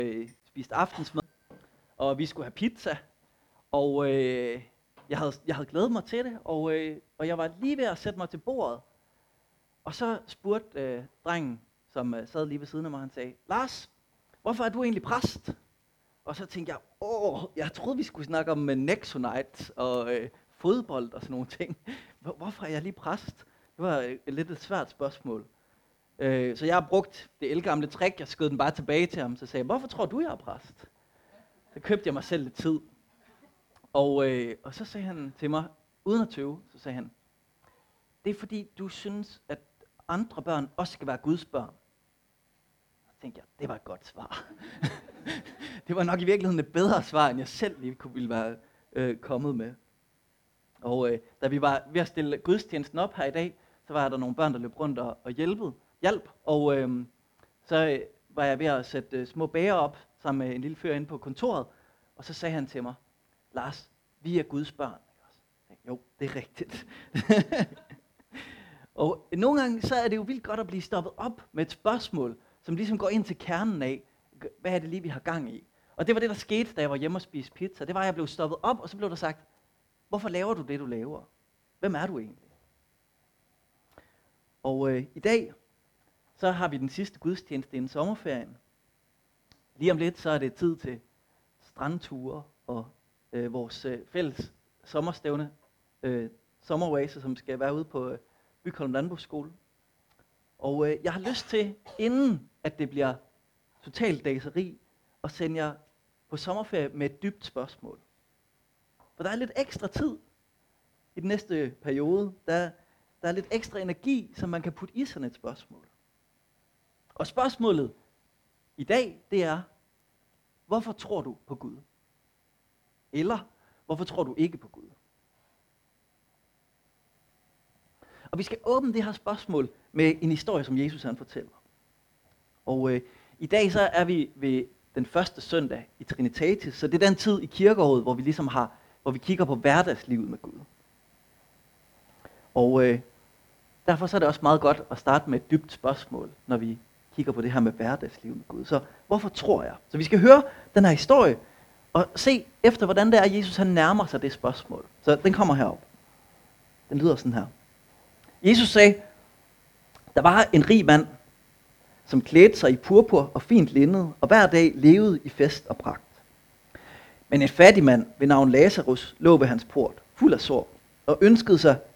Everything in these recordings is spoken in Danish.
spiste aftensmad, og vi skulle have pizza, og jeg havde glædet mig til det, og jeg var lige ved at sætte mig til bordet, og så spurgte drengen, som sad lige ved siden af mig, han sagde, Lars, hvorfor er du egentlig præst? Og så tænkte jeg, jeg troede vi skulle snakke om Nexonite og fodbold og sådan nogle ting. Hvorfor er jeg lige præst? Det var lidt et svært spørgsmål. Så jeg har brugt det ældgamle trick, jeg skød den bare tilbage til ham, så sagde jeg, hvorfor tror du, jeg er præst? Så købte jeg mig selv lidt tid. Og så sagde han til mig, uden at tøve, så sagde han, det er fordi, du synes, at andre børn også skal være Guds børn. Så tænkte jeg, det var et godt svar. Det var nok i virkeligheden et bedre svar, end jeg selv lige ville være kommet med. Og da vi var ved at stille gudstjenesten op her i dag, så var der nogle børn, der løb rundt og hjalp. Og så var jeg ved at sætte små bager op sammen med en lille fyr inde på kontoret. Og så sagde han til mig, Lars, vi er Guds børn. Jo, det er rigtigt. Og nogle gange så er det jo vildt godt at blive stoppet op med et spørgsmål, som ligesom går ind til kernen af, hvad er det lige, vi har gang i? Og det var det, der skete, da jeg var hjemme og spiste pizza. Det var, at jeg blev stoppet op, og så blev der sagt, hvorfor laver du det, du laver? Hvem er du egentlig? Og i dag, så har vi den sidste gudstjeneste inden sommerferien. Lige om lidt, så er det tid til strandture og vores fælles sommerstævne, sommeroase, som skal være ude på Bygholm Landbrugsskole. Og jeg har lyst til, inden at det bliver totalt daseri, at sende jer på sommerferie med et dybt spørgsmål. For der er lidt ekstra tid i den næste periode. Der er lidt ekstra energi, som man kan putte i sådan et spørgsmål. Og spørgsmålet i dag, det er, hvorfor tror du på Gud? Eller, hvorfor tror du ikke på Gud? Og vi skal åbne det her spørgsmål med en historie, som Jesus han fortæller. Og i dag så er vi ved den første søndag i Trinitatis, så det er den tid i kirkeåret, hvor vi ligesom hvor vi kigger på hverdagslivet med Gud. Og derfor så er det også meget godt at starte med et dybt spørgsmål, når vi kigger på det her med hverdagslivet med Gud. Så hvorfor tror jeg? Så vi skal høre den her historie, og se efter, hvordan det er, Jesus han nærmer sig det spørgsmål. Så den kommer herop. Den lyder sådan her. Jesus sagde, der var en rig mand, som klædte sig i purpur og fint linned, og hver dag levede i fest og pragt. Men en fattig mand ved navn Lazarus lå ved hans port, fuld af sår, og ønskede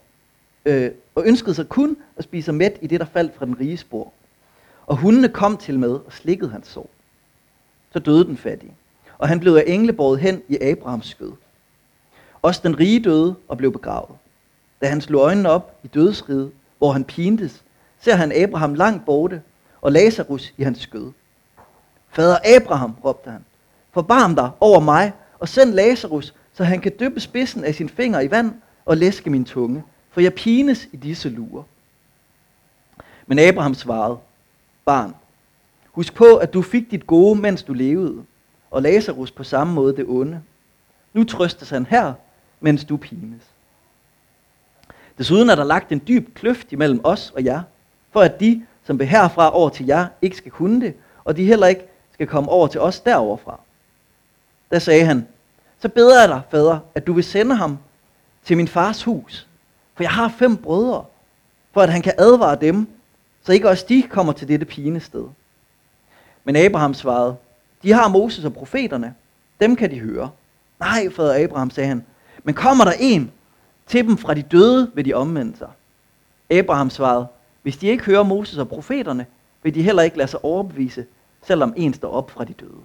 sig kun at spise sig mæt i det, der faldt fra den riges bord. Og hundene kom til med og slikkede hans sår. Så døde den fattige, og han blev af engle båret hen i Abrahams skød. Også den rige døde og blev begravet. Da han slog øjnene op i dødsriget, hvor han pintes, ser han Abraham langt borte, og Lazarus i hans skød. Fader Abraham, råbte han, forbarm dig over mig, og send Lazarus, så han kan dyppe spidsen af sin finger i vand og læske min tunge, for jeg pines i disse lurer. Men Abraham svarede, barn, husk på, at du fik dit gode, mens du levede, og Lazarus på samme måde det onde. Nu trøstes han her, mens du pines. Desuden er der lagt en dyb kløft imellem os og jer, for at de, som vil herfra over til jer, ikke skal kunne det, og de heller ikke skal komme over til os deroverfra. Da sagde han, så beder jeg dig, fader, at du vil sende ham til min fars hus, for jeg har 5 brødre, for at han kan advare dem, så ikke også de kommer til dette pinested. Men Abraham svarede, de har Moses og profeterne, dem kan de høre. Nej, fader Abraham, sagde han, men kommer der en til dem fra de døde, vil de omvende sig. Abraham svarede, hvis de ikke hører Moses og profeterne, vil de heller ikke lade sig overbevise, selvom en står op fra de døde.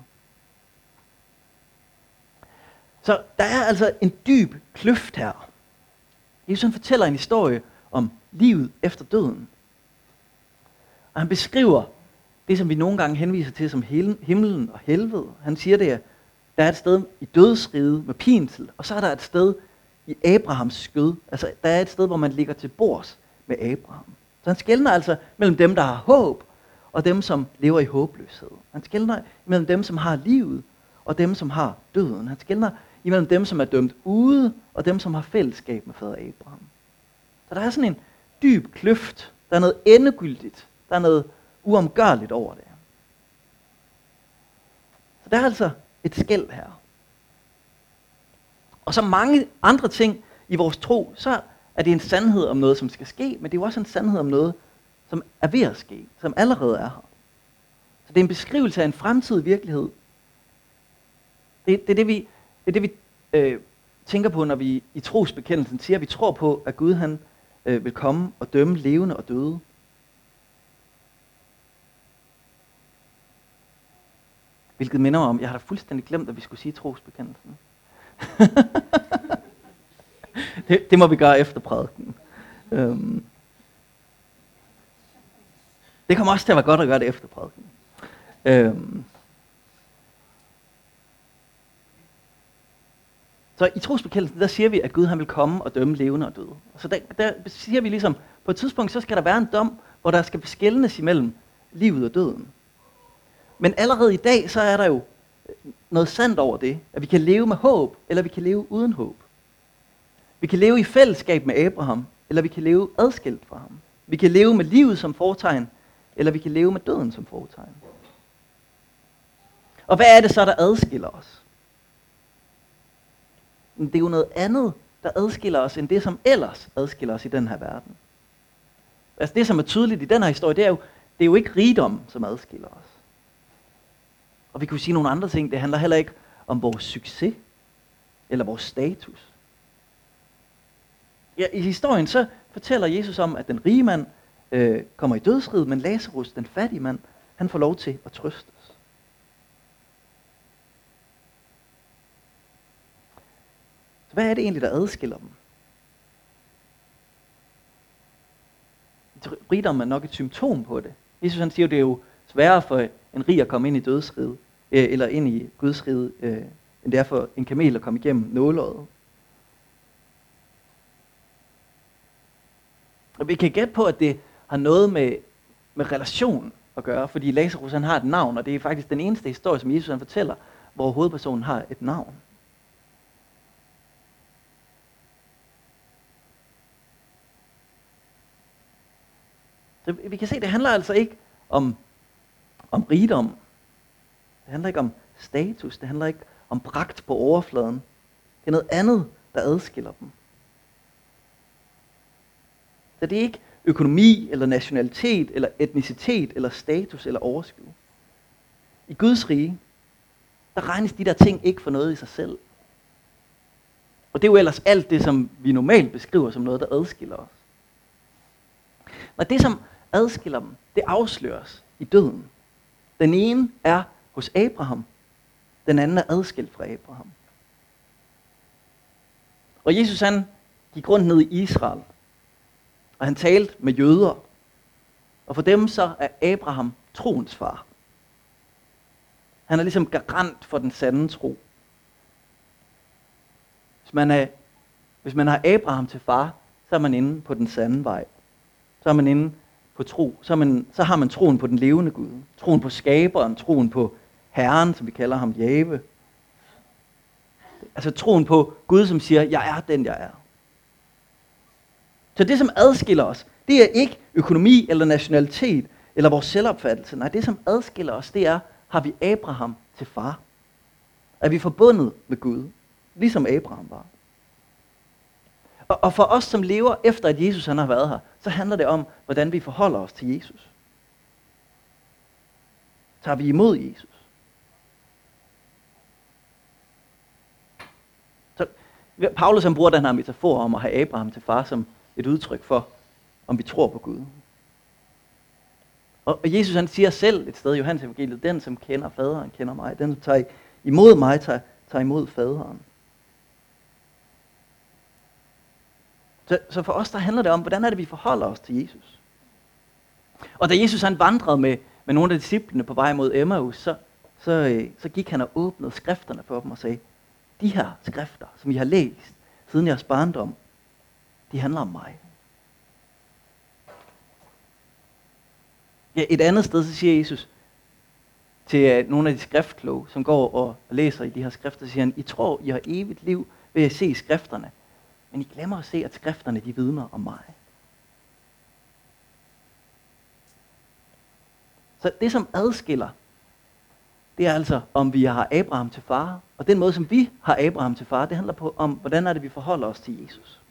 Så der er altså en dyb kløft her. Jesus fortæller en historie om livet efter døden. Og han beskriver det, som vi nogle gange henviser til som himlen og helvede. Han siger det, at der er et sted i dødsriget med pinsel, og så er der et sted i Abrahams skød. Altså, der er et sted, hvor man ligger til bords med Abraham. Så han skelner altså mellem dem, der har håb, og dem, som lever i håbløshed. Han skelner mellem dem, som har livet, og dem, som har døden. Han skelner imellem dem, som er dømt ude, og dem, som har fællesskab med fader Abraham. Så der er sådan en dyb kløft. Der er noget endegyldigt. Der er noget uomgørligt over det. Der er altså et skel her. Og så mange andre ting i vores tro, så er det en sandhed om noget, som skal ske, men det er jo også en sandhed om noget, som er ved at ske, som allerede er her. Så det er en beskrivelse af en fremtidig virkelighed. Det er det, vi tænker på, når vi i trosbekendelsen siger, at vi tror på, at Gud han vil komme og dømme levende og døde. Hvilket minder mig om, jeg har da fuldstændig glemt, at vi skulle sige trosbekendelsen. det må vi gøre efter prædiken. Det kommer også til at være godt at gøre det efter prædiken. Så i trosbekendelsen, der siger vi, at Gud han vil komme og dømme levende og døde. Så der siger vi ligesom, på et tidspunkt, så skal der være en dom, hvor der skal skelnes imellem livet og døden. Men allerede i dag, så er der jo noget sandt over det, at vi kan leve med håb, eller vi kan leve uden håb. Vi kan leve i fællesskab med Abraham, eller vi kan leve adskilt fra ham. Vi kan leve med livet som fortegn, eller vi kan leve med døden som fortegn. Og hvad er det så, der adskiller os? Det er jo noget andet, der adskiller os, end det, som ellers adskiller os i den her verden. Altså det, som er tydeligt i den her historie, det er jo ikke rigdom, som adskiller os. Og vi kunne sige nogle andre ting. Det handler heller ikke om vores succes, eller vores status. Ja, i historien så fortæller Jesus om, at den rige mand kommer i dødsriget, men Lazarus, den fattige mand, han får lov til at trøstes. Så hvad er det egentlig, der adskiller dem? Rigdom er nok et symptom på det. Jesus han siger, at det er jo sværere for en rig at komme ind i dødsriget, eller ind i Guds rige, end det er for en kamel at komme igennem nåleøjet. Og vi kan gætte på, at det har noget med relation at gøre, fordi Lazarus han har et navn, og det er faktisk den eneste historie, som Jesus han fortæller, hvor hovedpersonen har et navn. Så vi kan se, at det handler altså ikke om rigdom. Det handler ikke om status. Det handler ikke om pragt på overfladen. Det er noget andet, der adskiller dem. Så det er ikke økonomi, eller nationalitet, eller etnicitet, eller status, eller overskud. I Guds rige, der regnes de der ting ikke for noget i sig selv. Og det er jo ellers alt det, som vi normalt beskriver som noget, der adskiller os. Og det, som adskiller dem, det afsløres i døden. Den ene er hos Abraham. Den anden er adskilt fra Abraham. Og Jesus han gik rundt ned i Israel. Og han talte med jøder. Og for dem så er Abraham troens far. Han er ligesom garant for den sande tro. Hvis man har Abraham til far, så er man inde på den sande vej. Så er man inde på tro. Så har man troen på den levende Gud. Troen på skaberen, troen på Herren, som vi kalder ham, Jave. Altså troen på Gud, som siger, jeg er den, jeg er. Så det, som adskiller os, det er ikke økonomi eller nationalitet eller vores selvopfattelse. Nej, det, som adskiller os, det er, har vi Abraham til far? Er vi forbundet med Gud, ligesom Abraham var? Og for os, som lever efter, at Jesus han har været her, så handler det om, hvordan vi forholder os til Jesus. Tager vi imod Jesus? Så Paulus han bruger den her metafor om at have Abraham til far som et udtryk for, om vi tror på Gud. Og Jesus han siger selv et sted i Johannes evangeliet, den som kender faderen, kender mig. Den som tager imod mig, tager imod faderen. Så for os, der handler det om, hvordan er det, vi forholder os til Jesus. Og da Jesus han vandrede med nogle af disciplene på vej mod Emmaus, så gik han og åbnede skrifterne for dem og sagde, de her skrifter, som I har læst siden jeres barndom, de handler om mig. Ja, et andet sted, så siger Jesus til nogle af de skriftkloge, som går og læser i de her skrifter, så siger han, I tror, I har evigt liv ved at se i skrifterne, men I glemmer at se, at skrifterne, de vidner om mig. Så det, som adskiller det er altså, om vi har Abraham til far. Og den måde, som vi har Abraham til far, det handler om, hvordan er det, vi forholder os til Jesus.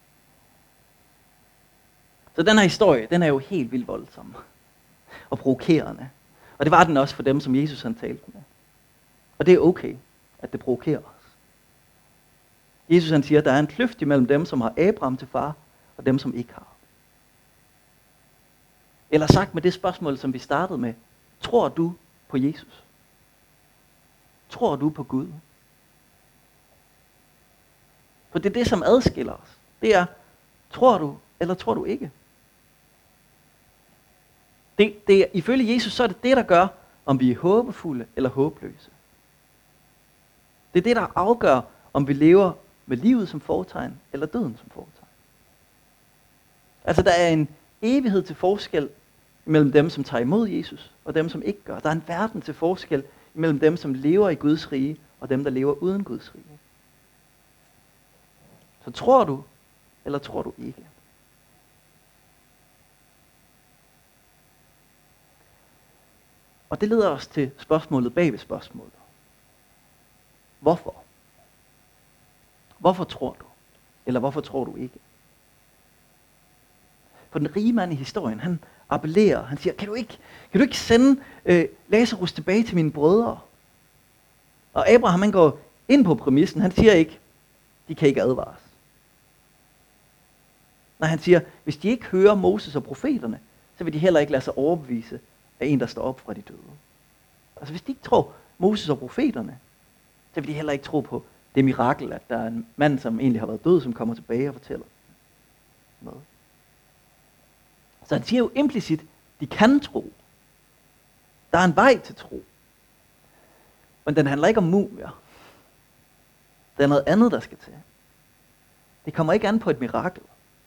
Så den her historie, den er jo helt vildt voldsom og provokerende. Og det var den også for dem, som Jesus han talte med. Og det er okay, at det provokerer os. Jesus han siger, at der er en kløft imellem dem, som har Abraham til far, og dem, som ikke har. Eller sagt med det spørgsmål, som vi startede med. Tror du på Jesus? Tror du på Gud? For det er det, som adskiller os. Det er, tror du, eller tror du ikke? Det er, ifølge Jesus, så er det det, der gør, om vi er håbefulde eller håbløse. Det er det, der afgør, om vi lever med livet som fortegn, eller døden som fortegn. Altså, der er en evighed til forskel mellem dem, som tager imod Jesus, og dem, som ikke gør. Der er en verden til forskel mellem dem, som lever i Guds rige, og dem, der lever uden Guds rige. Så tror du, eller tror du ikke? Og det leder os til spørgsmålet bag ved spørgsmålet. Hvorfor? Hvorfor tror du? Eller hvorfor tror du ikke? For den rige mand i historien, han appellerer, han siger, kan du ikke sende Lazarus tilbage til mine brødre? Og Abraham, han går ind på præmissen, han siger ikke, de kan ikke advares. Nej, han siger, hvis de ikke hører Moses og profeterne, så vil de heller ikke lade sig overbevise af en, der står op fra de døde. Altså hvis de ikke tror Moses og profeterne, så vil de heller ikke tro på det mirakel, at der er en mand, som egentlig har været død, som kommer tilbage og fortæller noget. Så han siger jo implicit, de kan tro. Der er en vej til tro. Men den handler ikke om mumier. Der er noget andet, der skal til. Det kommer ikke an på et mirakel.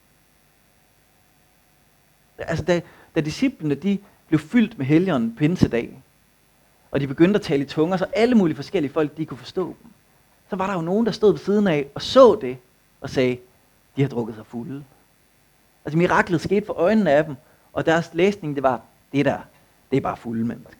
Altså da disciplene, de blev fyldt med Helligånden pinsedag, og de begyndte at tale i tunger, så alle mulige forskellige folk, de kunne forstå dem. Så var der jo nogen, der stod ved siden af og så det, og sagde, de har drukket sig fulde. Altså miraklet skete for øjnene af dem, og deres læsning, det var, det er bare fulde mennesker.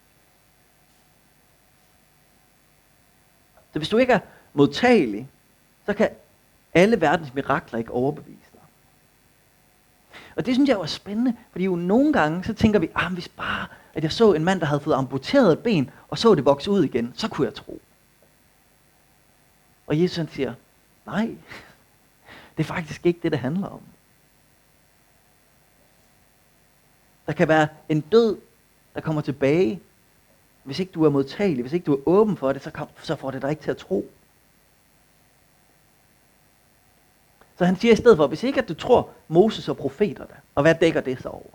Så hvis du ikke er modtagelig, så kan alle verdens mirakler ikke overbevise dig. Og det synes jeg jo er spændende, fordi jo nogle gange, så tænker vi, hvis bare, at jeg så en mand, der havde fået amputeret et ben, og så det vokse ud igen, så kunne jeg tro. Og Jesus han siger, nej, det er faktisk ikke det, det handler om. Der kan være en død, der kommer tilbage. Hvis ikke du er modtagelig, hvis ikke du er åben for det, så får det dig ikke til at tro. Så han siger i stedet for, hvis ikke at du tror Moses og profeterne, og hvad dækker det så over?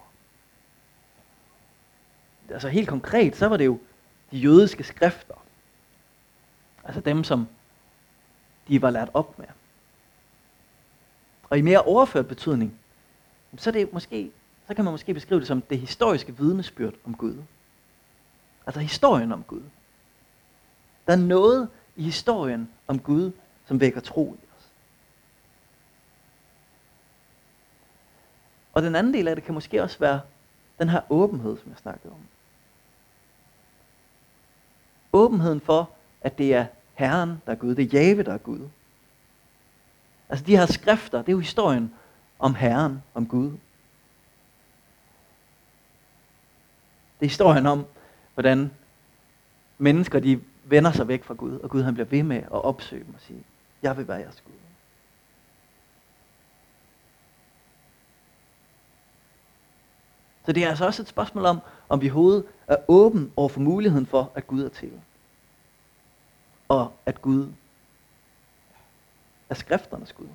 Altså helt konkret, så var det jo de jødiske skrifter. Altså dem, som de var lært op med. Og i mere overført betydning, så kan man måske beskrive det som det historiske vidnesbyrd om Gud. Altså historien om Gud. Der er noget i historien om Gud, som vækker tro i os. Og den anden del af det kan måske også være den her åbenhed, som jeg snakkede om. Åbenheden for, at det er Herren, der er Gud. Det er Jahve, der er Gud. Altså de her skrifter, det er jo historien om Herren, om Gud. Det er historien om, hvordan mennesker, de vender sig væk fra Gud, og Gud han bliver ved med at opsøge dem og sige, jeg vil være jeres Gud. Så det er altså også et spørgsmål om vi hovedet er åben over for muligheden for, at Gud er til. Og at Gud er skrifternes Gud.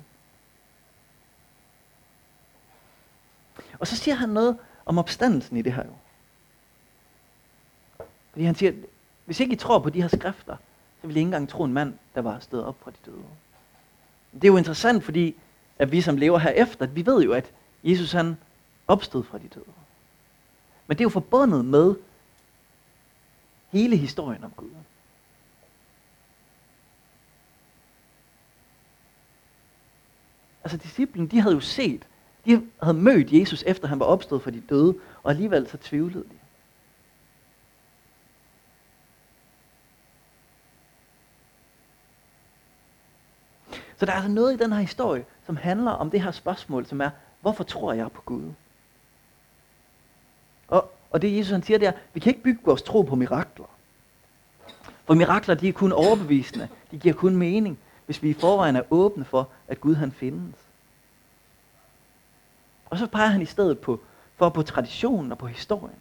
Og så siger han noget om opstandelsen i det her jo. Fordi han siger, hvis ikke I tror på de her skrifter, så vil I ikke engang tro en mand, der var stået op fra de døde. Det er jo interessant, fordi at vi som lever herefter, vi ved jo, at Jesus han opstod fra de døde. Men det er jo forbundet med hele historien om Gud. Altså disciplen, de havde jo set, de havde mødt Jesus efter han var opstået fra de døde, og alligevel så tvivlede de. Så der er altså noget i den her historie, som handler om det her spørgsmål, som er, hvorfor tror jeg på Gud? Og det Jesus han siger, det er, vi kan ikke bygge vores tro på mirakler. For mirakler, de er kun overbevisende. De giver kun mening, hvis vi i forvejen er åbne for, at Gud han findes. Og så peger han i stedet på traditionen og på historien.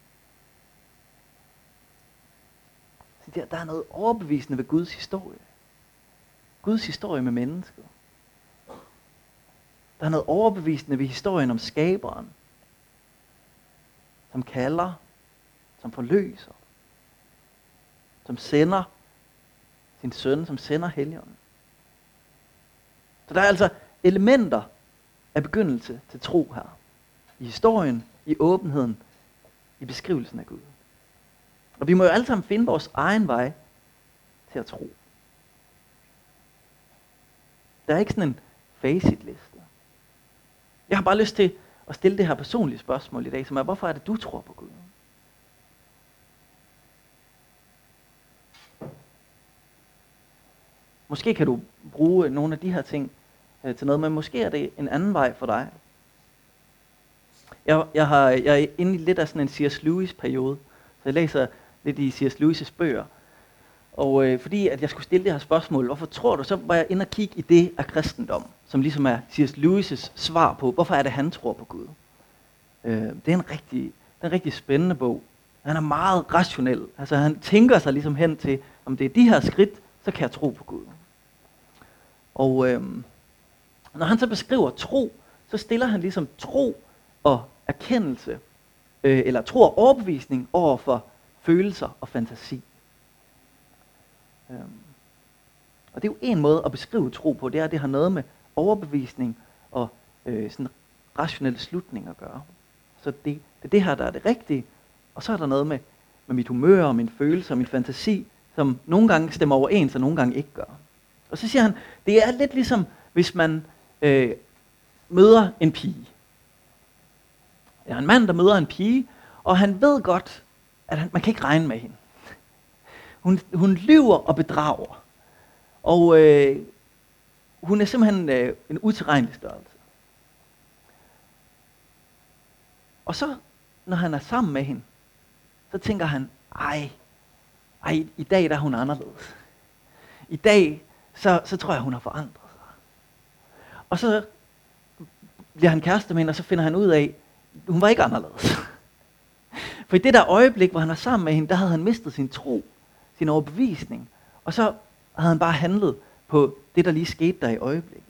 Så der er noget overbevisende ved Guds historie. Guds historie med mennesket. Der er noget overbevisende ved historien om skaberen, som kalder, som forløser, som sender sin søn, som sender Helligånden. Så der er altså elementer af begyndelse til tro her. I historien, i åbenheden, i beskrivelsen af Gud. Og vi må jo alle sammen finde vores egen vej til at tro. Der er ikke sådan en facitliste. Jeg har bare lyst til at stille det her personlige spørgsmål i dag, som er, hvorfor er det, du tror på Gud? Måske kan du bruge nogle af de her ting til noget, men måske er det en anden vej for dig. Jeg er inde i lidt af sådan en C.S. Lewis-periode, så jeg læser lidt i C.S. Lewis' bøger. Og fordi at jeg skulle stille det her spørgsmål, hvorfor tror du, så var jeg inde og kigge i det af kristendom, som ligesom er C.S. Lewis' svar på, hvorfor er det, han tror på Gud. Det er en rigtig spændende bog. Han er meget rationel. Altså han tænker sig ligesom hen til, om det er de her skridt, så kan jeg tro på Gud. Og når han så beskriver tro, så stiller han ligesom tro og erkendelse, eller tro og overbevisning over for følelser og fantasi. Og det er jo en måde at beskrive tro på, det er, at det har noget med overbevisning og sådan rationelle slutninger at gøre. Så det er det her, der er det rigtige, og så er der noget med mit humør og mine følelser og min fantasi, som nogle gange stemmer overens, og nogle gange ikke gør. Og så siger han, det er lidt ligesom, hvis man møder en pige. Der er en mand, der møder en pige, og han ved godt, at man kan ikke regne med hende. Hun lyver og bedrager. Og hun er simpelthen en utilregnelig størrelse. Og så, når han er sammen med hende, så tænker han, ej, i dag der er hun anderledes. I dag, så tror jeg, hun har forandret sig. Og så bliver han kæreste med hende, og så finder han ud af, hun var ikke anderledes. For i det der øjeblik, hvor han er sammen med hende, der havde han mistet sin tro, sin overbevisning. Og så havde han bare handlet på det, der lige skete der i øjeblikket.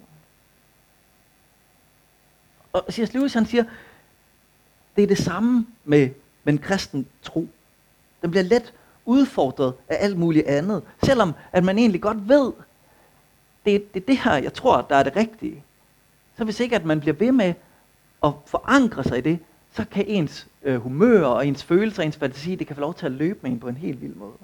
Og C.S. Lewis han siger, det er det samme med en kristen tro. Den bliver let udfordret af alt muligt andet, selvom at man egentlig godt ved, det er det her, jeg tror, der er det rigtige. Så hvis ikke, at man bliver ved med at forankre sig i det, så kan ens humør og ens følelser og ens fantasi, det kan få lov til at løbe med en på en helt vild måde.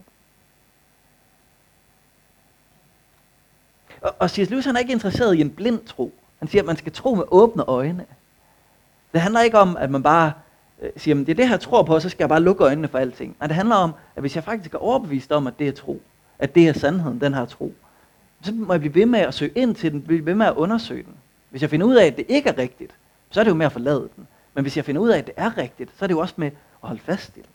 Og C.S. Lewis han er ikke interesseret i en blind tro. Han siger, at man skal tro med åbne øjne. Det handler ikke om, at man bare siger, at det er det her, jeg tror på, så skal jeg bare lukke øjnene for alting. Nej, det handler om, at hvis jeg faktisk er overbevist om, at det er tro, at det er sandheden, den her tro, så må jeg blive ved med at søge ind til den, blive ved med at undersøge den. Hvis jeg finder ud af, at det ikke er rigtigt, så er det jo med at forlade den. Men hvis jeg finder ud af, at det er rigtigt, så er det jo også med at holde fast i den.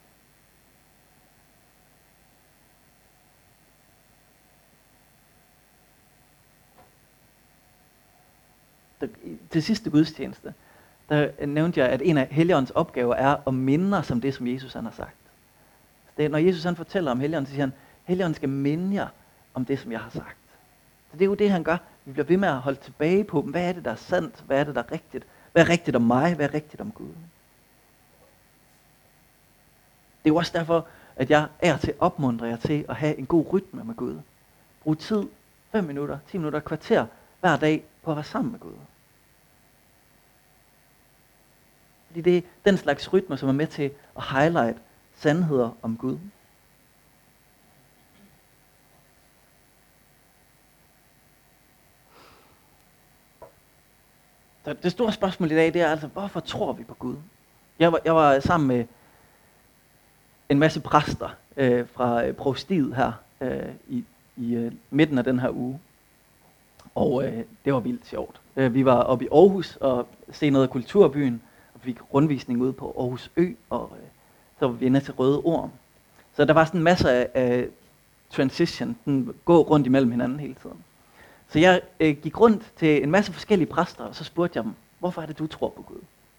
Til sidste gudstjeneste, der nævnte jeg, at en af Helligåndens opgaver er at minde os om det, som Jesus han har sagt. Det er, når Jesus han fortæller om Helligånden, så siger han, Helligånden skal minde jer om det, som jeg har sagt. Så det er jo det, han gør. Vi bliver ved med at holde tilbage på dem. Hvad er det, der er sandt? Hvad er det, der er rigtigt? Hvad er rigtigt om mig? Hvad er rigtigt om Gud? Det er jo også derfor, at jeg er til at opmuntre jer til at have en god rytme med Gud. Brug tid, 5 minutter, 10 minutter, kvarter hver dag på at være sammen med Gud. Fordi det er den slags rytme, som er med til at highlight sandheder om Gud. Så det store spørgsmål i dag, det er altså, hvorfor tror vi på Gud? Jeg var sammen med en masse præster fra provstiet her i midten af den her uge. Og det var vildt sjovt. Vi var oppe i Aarhus og se noget af Kulturbyen, og fik rundvisning ude på Aarhus Ø, og så var vi inde til Røde Orm. Så der var sådan masser af transition, den gå rundt imellem hinanden hele tiden. Så jeg gik rundt til en masse forskellige præster, og så spurgte jeg dem, hvorfor er det, du tror på Gud?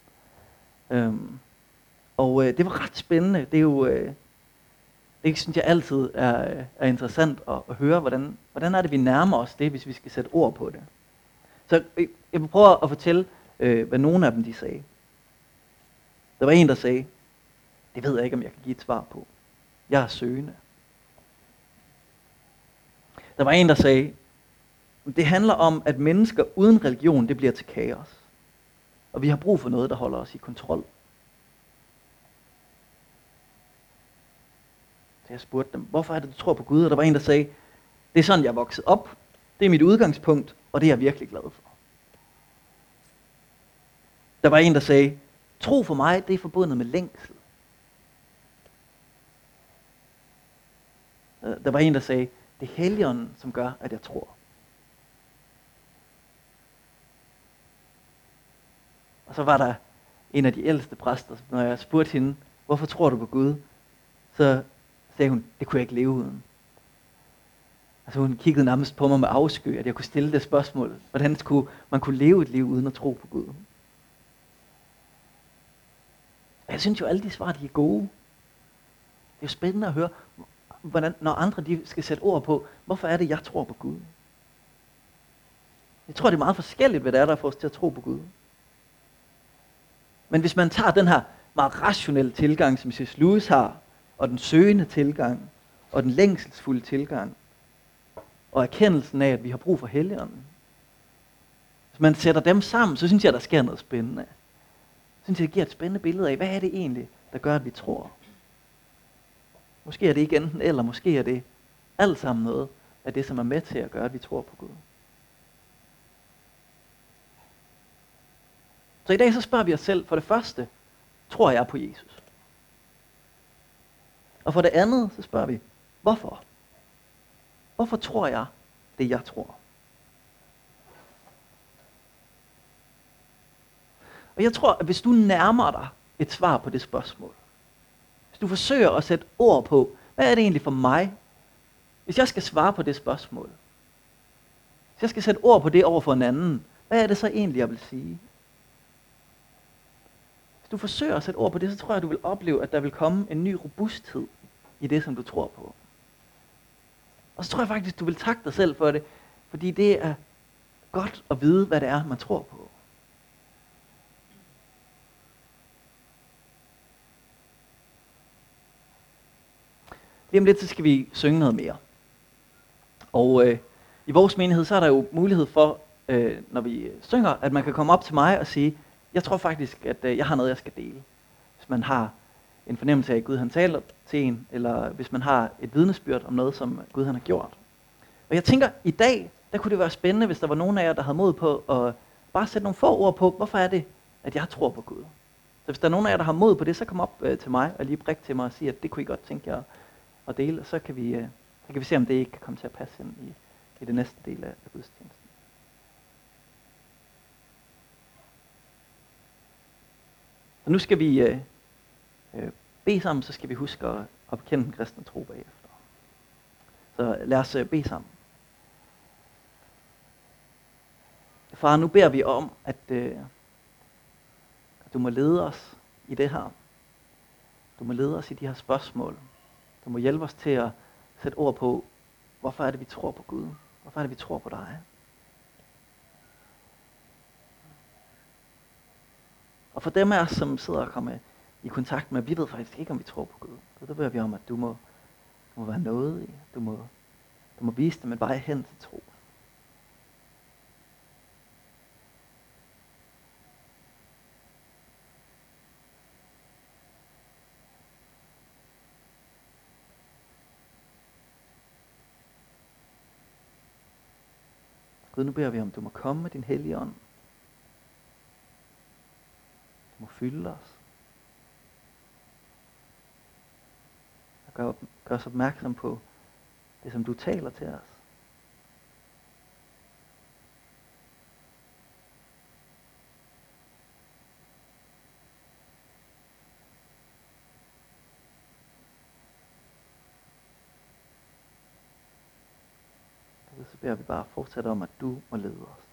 Det var ret spændende. Det er jo, det synes jeg altid er interessant at høre, hvordan er det, vi nærmer os det, hvis vi skal sætte ord på det. Så jeg vil prøve at fortælle, hvad nogle af dem de sagde. Der var en, der sagde, det ved jeg ikke, om jeg kan give et svar på. Jeg er søgende. Der var en, der sagde, det handler om, at mennesker uden religion, det bliver til kaos. Og vi har brug for noget, der holder os i kontrol. Så jeg spurgte dem, hvorfor er det, du tror på Gud? Og der var en, der sagde, det er sådan, jeg er vokset op. Det er mit udgangspunkt, og det er jeg virkelig glad for. Der var en, der sagde, tro for mig, det er forbundet med længsel. Der var en, der sagde, det er Helligånden, som gør, at jeg tror. Og så var der en af de ældste præster, når jeg spurgte hende, hvorfor tror du på Gud? Så sagde hun, det kunne jeg ikke leve uden. Altså hun kiggede nærmest på mig med afsky, at jeg kunne stille det spørgsmål. Hvordan skulle man kunne leve et liv uden at tro på Gud? Jeg synes jo, alle de svar, de er gode. Det er jo spændende at høre, hvordan, når andre de skal sætte ord på, hvorfor er det, jeg tror på Gud? Jeg tror, det er meget forskelligt, hvad det er, der får os til at tro på Gud. Men hvis man tager den her meget rationelle tilgang, som C.S. Lewis har, og den søgende tilgang, og den længselsfulde tilgang, og erkendelsen af, at vi har brug for Helligånden. Hvis man sætter dem sammen, så synes jeg, der sker noget spændende. Jeg synes, det giver et spændende billede af, hvad er det egentlig, der gør, at vi tror. Måske er det ikke enten eller, måske er det alt sammen noget af det, som er med til at gøre, at vi tror på Gud. Så i dag så spørger vi os selv, for det første, tror jeg på Jesus? Og for det andet, så spørger vi, hvorfor? Hvorfor tror jeg det, jeg tror? Og jeg tror, at hvis du nærmer dig et svar på det spørgsmål, hvis du forsøger at sætte ord på, hvad er det egentlig for mig, hvis jeg skal svare på det spørgsmål, hvis jeg skal sætte ord på det over for en anden, hvad er det så egentlig, jeg vil sige? Hvis du forsøger at sætte ord på det, så tror jeg, du vil opleve, at der vil komme en ny robusthed i det, som du tror på. Og så tror jeg faktisk, du vil takke dig selv for det, fordi det er godt at vide, hvad det er, man tror på. Lige om lidt, så skal vi synge noget mere. Og i vores menighed, så er der jo mulighed for, når vi synger, at man kan komme op til mig og sige, jeg tror faktisk, at jeg har noget, jeg skal dele. Hvis man har en fornemmelse af, at Gud han taler til en, eller hvis man har et vidnesbyrd om noget, som Gud han har gjort. Og jeg tænker, i dag, der kunne det være spændende, hvis der var nogen af jer, der havde mod på at bare sætte nogle få ord på, hvorfor er det, at jeg tror på Gud. Så hvis der er nogen af jer, der har mod på det, så kom op til mig og lige brik til mig og sige, at det kunne I godt tænke jer at dele, og så kan vi se, om det ikke kan komme til at passe ind i det næste del af gudstjenesten. Så nu skal vi bede sammen, så skal vi huske at bekende den kristne tro bagefter. Så lad os bede sammen. Far, nu beder vi om, at du må lede os i det her. Du må lede os i de her spørgsmål. Du må hjælpe os til at sætte ord på, hvorfor er det, vi tror på Gud? Hvorfor er det, vi tror på dig? Og for dem af os, som sidder og kommer i kontakt med, vi ved faktisk ikke, om vi tror på Gud. Så der beder vi om, at du må være nådig. Du må vise dem en vej hen til tro. Gud, nu beder vi om, du må komme med din hellige ånd. Du må fylde os. Og gør os opmærksom på det, som du taler til os. så beder vi bare fortsat om, at du må lede os.